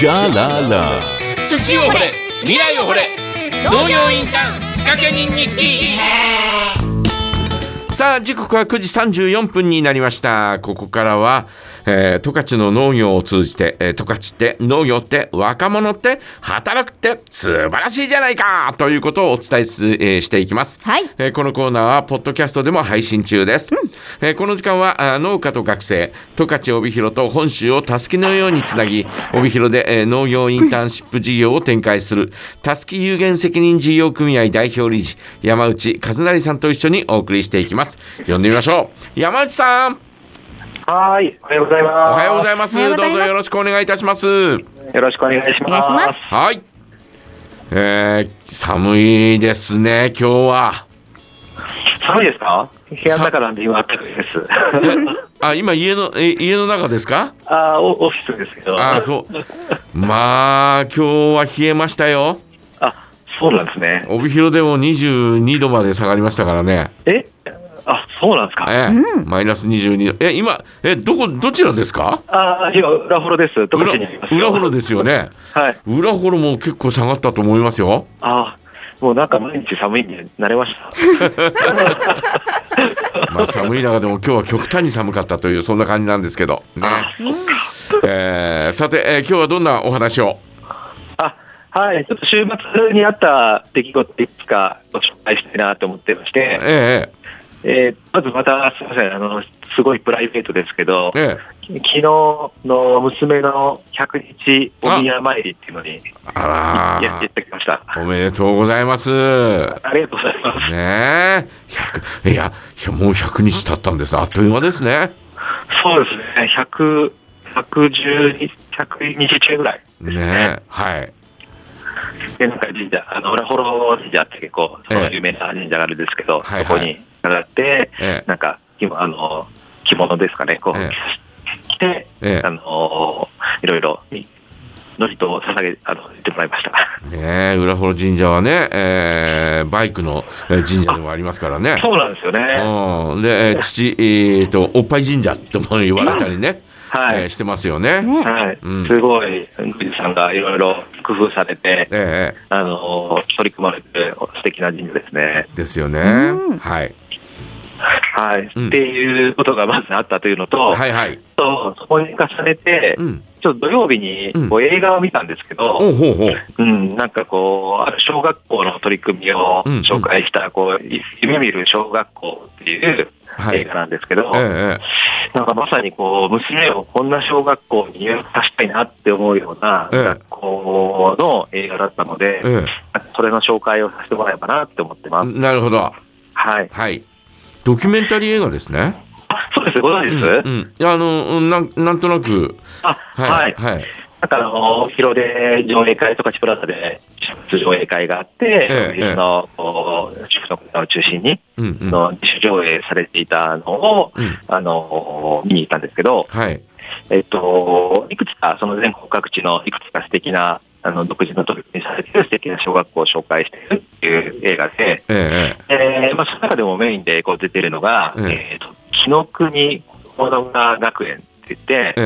じゃらら土を掘れ未来を掘れ農業インターン仕掛け人日記。 さあ時刻は9時34分になりました。ここからは十勝の農業を通じて十勝って農業って若者って働くって素晴らしいじゃないかということをお伝えしていきます、 はい。 このコーナーはポッドキャストでも配信中です、この時間は農家と学生十勝帯広と本州をたすきのようにつなぎ帯広で農業インターンシップ事業を展開するたすき有限責任事業組合代表理事山内和成さんと一緒にお送りしていきます。呼んでみましょう。山内さん。 はい、おはようございます。 おはようございます。どうぞよろしくお願いいたします。 よろしくお願いします。 お願いします。 はい、寒いですね今日は。 寒いですか？部屋の中なんで今暖かいです。 今家の中ですか？ オフィスですけど。 そうまあ今日は冷えましたよ。 そうなんですね。 帯広でも22度まで下がりましたからね。 そうなんですか。 マイナス22度。今どちらですか？ 今裏幌です。どこにいますよ。 裏幌ですよね。 はい。 裏幌も結構下がったと思いますよ。 もうなんか毎日寒いんで慣れました。 寒い中でも今日は極端に寒かったというそんな感じなんですけどね。さて、今日はどんなお話を？ はい、ちょっと週末にあった出来事いくつかご紹介したいなと思ってまして、まずまたすみません、すごいプライベートですけど、昨日の娘の100日お宮参りっていうのにやってきました。 おめでとうございます。 ありがとうございます。 ねえ、もう100日経ったんです。あっという間ですね。 そうですね、110日中ぐらいですね。 はい。 でなんか神社、裏幌神社って結構有名な神社があるんですけど、そこに上がって、なんか着物ですかね、着て、いろいろ祝詞を捧げてもらいました。 裏幌神社はね、バイクの神社でもありますからね。 そうなんですよね。 で、おっぱい神社とも言われたりね。してますよね。 すごい宮司さんがいろいろ工夫されて、取り組まれて素敵な神社ですね。 ですよね。はい。 っていうことがまずあったというのと、そこに重ねて、ちょっと土曜日に映画を見たんですけど、なんかある小学校の取り組みを紹介した夢見る小学校っていう映画なんですけど、なんかまさに娘をこんな小学校に入学させたいなって思うような学校の映画だったので、それの紹介をさせてもらえばなって思ってます。 なるほど。はい。ドキュメンタリー映画ですね。 そうです、ご存知です？ なんとなく。 なんか広で上映会とかチプラザで上映会があって、主婦の方を中心に自主上映されていたのを見に行ったんですけど、いくつかその全国各地のいくつか素敵な独自の取り組みされている素敵な小学校を紹介しているっていう映画で、その中でもメインで出ているのが、紀の国子ども学園って言って、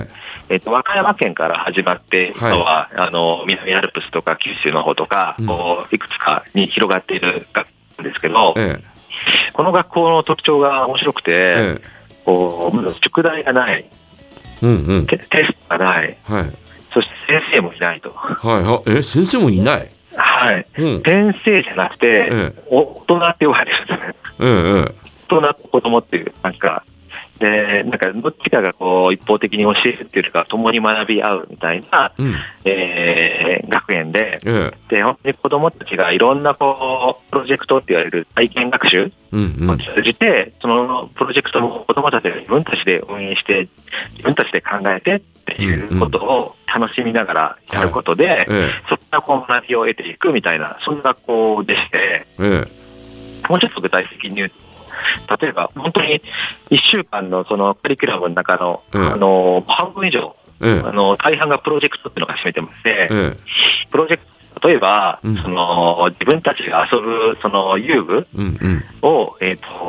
和歌山県から始まって、南アルプスとか九州の方とか、いくつかに広がっている学校なんですけど、この学校の特徴が面白くて、まず宿題がない、テストがない、そして先生もいないと。 先生もいない？ 先生じゃなくて、大人って呼ばれるんですね。大人と子供っていう、なんかどっちかが一方的に教えるっていうよりか共に学び合うみたいな、学園で、本当に子どもたちがいろんなプロジェクトって言われる体験学習を通じて、そのプロジェクトも子どもたちが自分たちで運営して自分たちで考えてっていうことを楽しみながらやることで、そんな学びを得ていくみたいな、そんな学校でして、もうちょっと具体的に言うと、例えば本当に1週間のそのカリキュラムの中の、半分以上、大半がプロジェクトっていうのが占めてまして、プロジェクト例えば、自分たちが遊ぶその遊具を、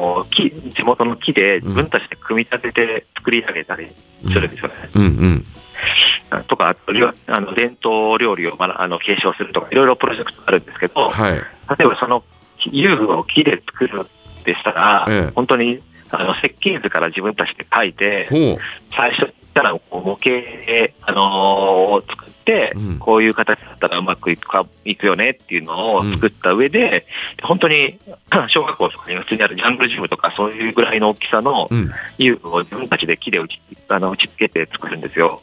地元の木で自分たちで組み立てて作り上げたりするんですよね。 とか、伝統料理を継承するとか、いろいろプロジェクトがあるんですけど、 はい、 例えばその遊具を木で作るでしたら、本当に設計図から自分たちで書いて、最初から模型を作って、こういう形だったらうまくいくよねっていうのを作った上で、本当に小学校とかに普通にあるジャングルジムとかそういうぐらいの大きさの遊具を自分たちで木で打ち付けて作るんですよ。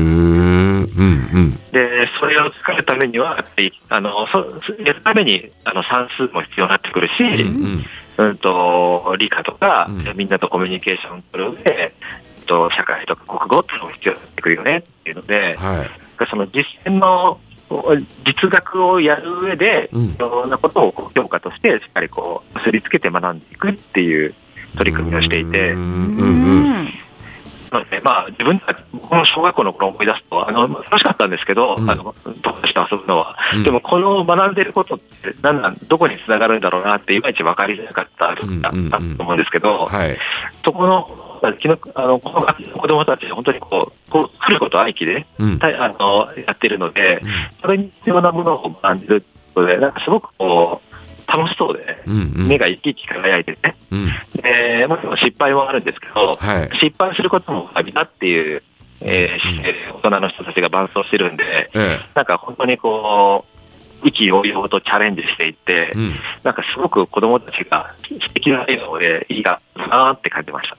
でそれを作るためにはやっぱりやるために算数も必要になってくるし、理科とか、みんなとコミュニケーションを取る上で社会とか国語っていうのも必要になってくるよねっていうので、その実践の実学をやる上で、いろんなことを教科としてしっかり結びつけて学んでいくっていう取り組みをしていて、なので自分たち、僕の小学校の頃を思い出すと楽しかったんですけど、友達と遊ぶのは、でもこの学んでることってどこにつながるんだろうなっていまいち分かりづらかったと思うんですけど、そこのこの子どもたち本当に来ること愛機で、やってるので、それに必要なものを学んでるので、なんかすごく楽しそうで、目が生き生き輝いてね、もちろん失敗もあるんですけど、失敗することもありだっていう、大人の人たちが伴走してるんで、なんか本当に意気揚々とチャレンジしていって、なんかすごく子どもたちが素敵な笑顔でいいなって感じました。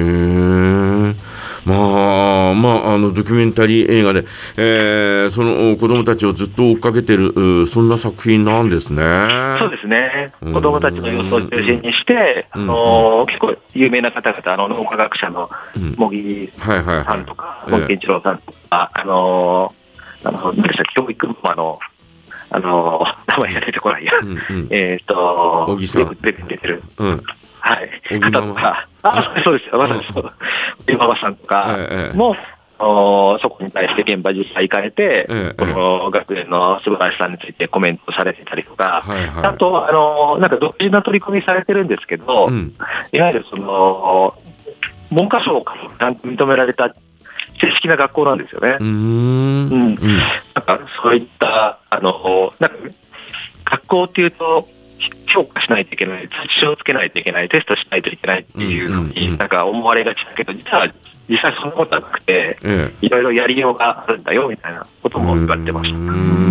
ドキュメンタリー映画で、その子どもたちをずっと追っかけてるそんな作品なんですね。 そうですね。子どもたちの様子を中心にして、結構有名な方々、脳科学者の茂木さんとか、茂木健一郎さんとか、教育の名前が出てこないや。 小木さん。 出てる。方とか、そうですよ。まさにそう。馬場さんとかも、そこに対して現場実際行かれて、この学園の素晴らしさについてコメントされてたりとか、あと、なんか独自な取り組みされてるんですけど、いわゆる文科省から認められた正式な学校なんですよね。なんかそういったなんか学校っていうと評価しないといけない、通知書をつけないといけない、テストしないといけないっていうふうになんか思われがちだけど、実際そんなことはなくて、いろいろやりようがあるんだよみたいなことも言われてました。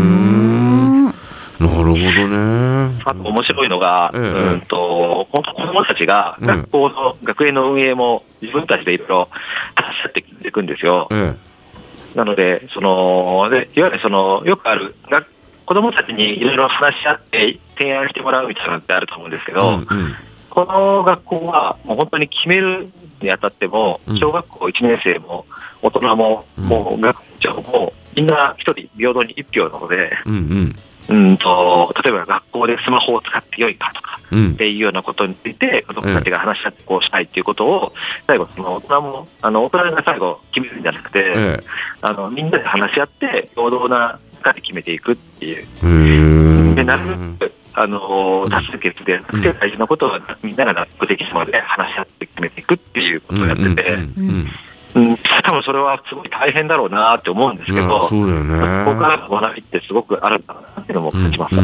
なるほどね。 あと面白いのが、本当子どもたちが学園の運営も自分たちでいろいろ話し合っていくんですよ。なので、いわゆるよくある子どもたちにいろいろ話し合って提案してもらうみたいなのってあると思うんですけど、この学校はもう本当に決めるにあたっても、小学校1年生も大人も、もう学長もみんな一人平等に1票なので、例えば学校でスマホを使ってよいかとかっていうようなことについて子どもたちが話し合ってこうしたいっていうことを最後大人が最後決めるんじゃなくて、みんなで話し合って平等な中で決めていくっていう。でなるべく多数決でなくて大事なことはみんなが納得できるまで話し合って決めていくっていうことをやってて。多分それはすごい大変だろうなって思うんですけど、 そうだよね。 ここからの学びってすごくあるんだなっていうのも感じました。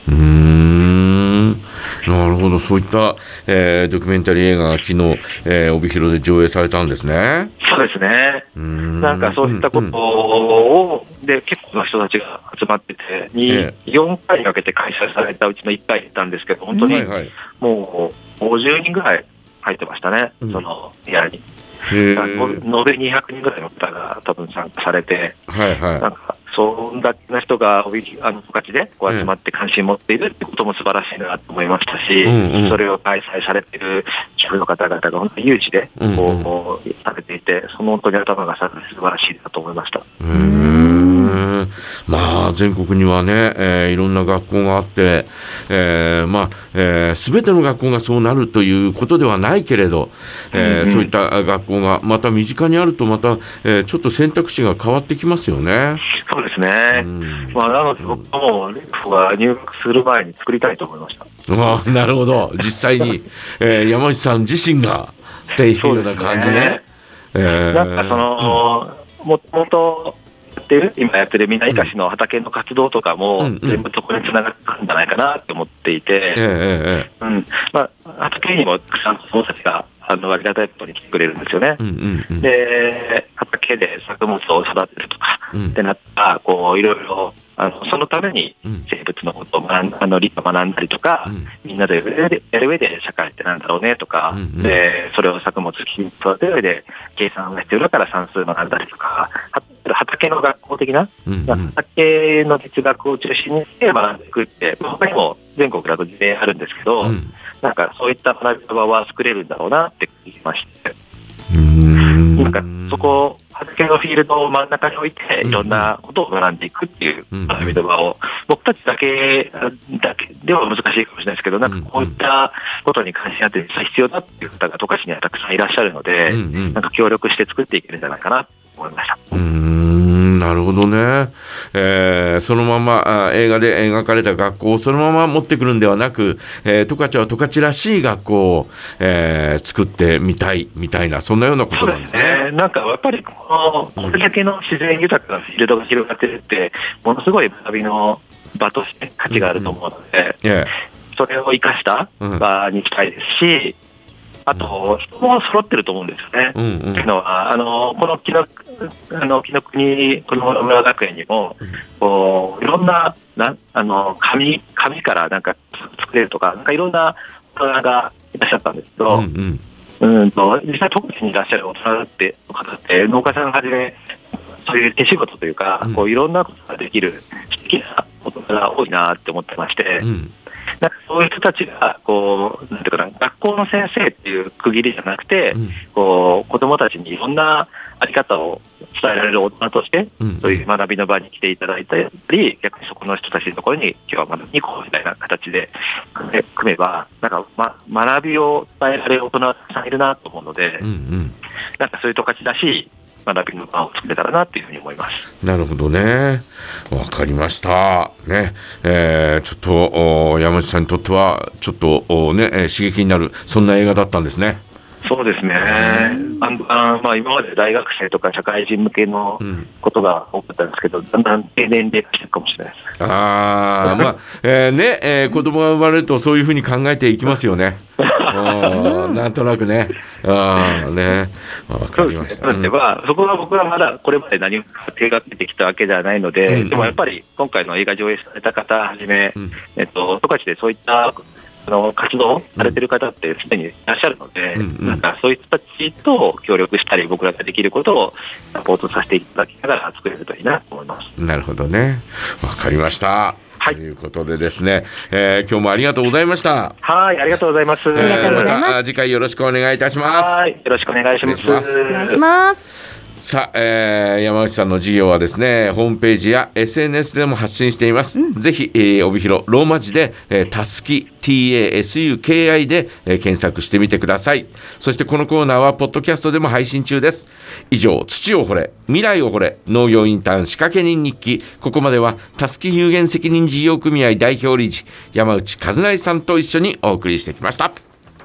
なるほど、そういった、ドキュメンタリー映画が昨日、帯広で上映されたんですね。 そうですね。なんかそういったことをで結構な人たちが集まってて、4回に分けて開催されたうちの1回行ったんですけど、本当にもう50人ぐらい入ってましたね、その部屋に。延べ200人ぐらいの方が多分参加されて、なんかそんだけの人が十勝で集まって関心を持っているってことも素晴らしいなと思いましたし、それを開催されている主婦の方々が本当に誘致でされていて、その本当に頭が下がる素晴らしいなと思いました。 全国にはね、いろんな学校があって、全ての学校がそうなるということではないけれど、そういった学校がまた身近にあるとまた、ちょっと選択肢が変わってきますよね。 そうですね。なので僕もレフが入学する前に作りたいと思いました。 なるほど。実際に、山内さん自身がっていうような感じね。 なんかもともと今やってるみな生かしの畑の活動とかも、全部そこにつながってくるんじゃないかなって思っていて、畑にもたくさん子どもたちがありがたいことに来てくれるんですよね。で、畑で作物を育てるとか、ってなったら、こう、いろいろ、そのために生物のことを理科学んだりとか、みんなでやる上で社会ってなんだろうねとか、で、それを作物を育てる上で計算が必要だから算数学んだりとか、畑の学校的な、畑の哲学を中心にして学んでいくって、他にも全国だと事例あるんですけど、なんかそういった学び場は作れるんだろうなって聞きまして、なんかそこ、畑のフィールドを真ん中に置いて、いろんなことを学んでいくっていう学び場を、僕たちだけでは難しいかもしれないですけど、なんかこういったことに関心あって必要だっていう方が十勝にはたくさんいらっしゃるので、なんか協力して作っていけるんじゃないかなと思いました。 なるほどね。そのまま映画で描かれた学校をそのまま持ってくるんではなく、十勝は十勝らしい学校を、作ってみたいみたいな、そんなようなことなんですね。 そうですね。なんかやっぱりこれだけの自然豊かなフィールドが広がってるって、ものすごい学びの場として価値があると思うので、それを生かした場にしたいですし、あと、人も揃ってると思うんですよね。というのは、この紀の国、この村学園にも、こういろんな、紙からなんか作れるとか、なんかいろんな大人がいらっしゃったんですけど、実際、特にいらっしゃる大人の方って、農家さんはじめ、そういう手仕事というか、こういろんなことができる素敵な大人が多いなって思ってまして、なんかそういう人たちがこうなんていうかな、学校の先生っていう区切りじゃなくて、こう子どもたちにいろんなあり方を伝えられる大人として、そういう学びの場に来ていただいたり、逆にそこの人たちのところに今日は学びに行こうみたいな形で組めば、なんか、学びを伝えられる大人がたくさんいるなと思うので、なんかそういう十勝らしい学びの場を作れたらなというふうに思います。 なるほどね。わかりましたね。ちょっと山内さんにとってはちょっとね、刺激になるそんな映画だったんですね。 そうですね。今まで大学生とか社会人向けのことが多かったんですけど、だんだん低年齢化してるかもしれないです。子供が生まれるとそういうふうに考えていきますよね。なんとなくね。わかりました。 そこは僕はまだこれまで何も手がけてきたわけではないので、でもやっぱり今回の映画上映された方はじめ、十勝でそういった活動をされてる方ってすでにいらっしゃるので、なんかそういう人たちと協力したり、僕らができることをサポートさせていただきながら作れるといいなと思います。 なるほどね。わかりました。ということでですね、今日もありがとうございました。 はい、ありがとうございます。 また次回よろしくお願いいたします。 はい、よろしくお願いします。 お願いします。 さあ、山内さんの事業はですね、ホームページや SNS でも発信しています。ぜひ、帯広ローマ字で、たすき TASUKI で、検索してみてください。そしてこのコーナーはポッドキャストでも配信中です。以上、土を掘れ未来を掘れ農業インターン仕掛け人日記。ここまではたすき有限責任事業組合代表理事山内和成さんと一緒にお送りしてきました。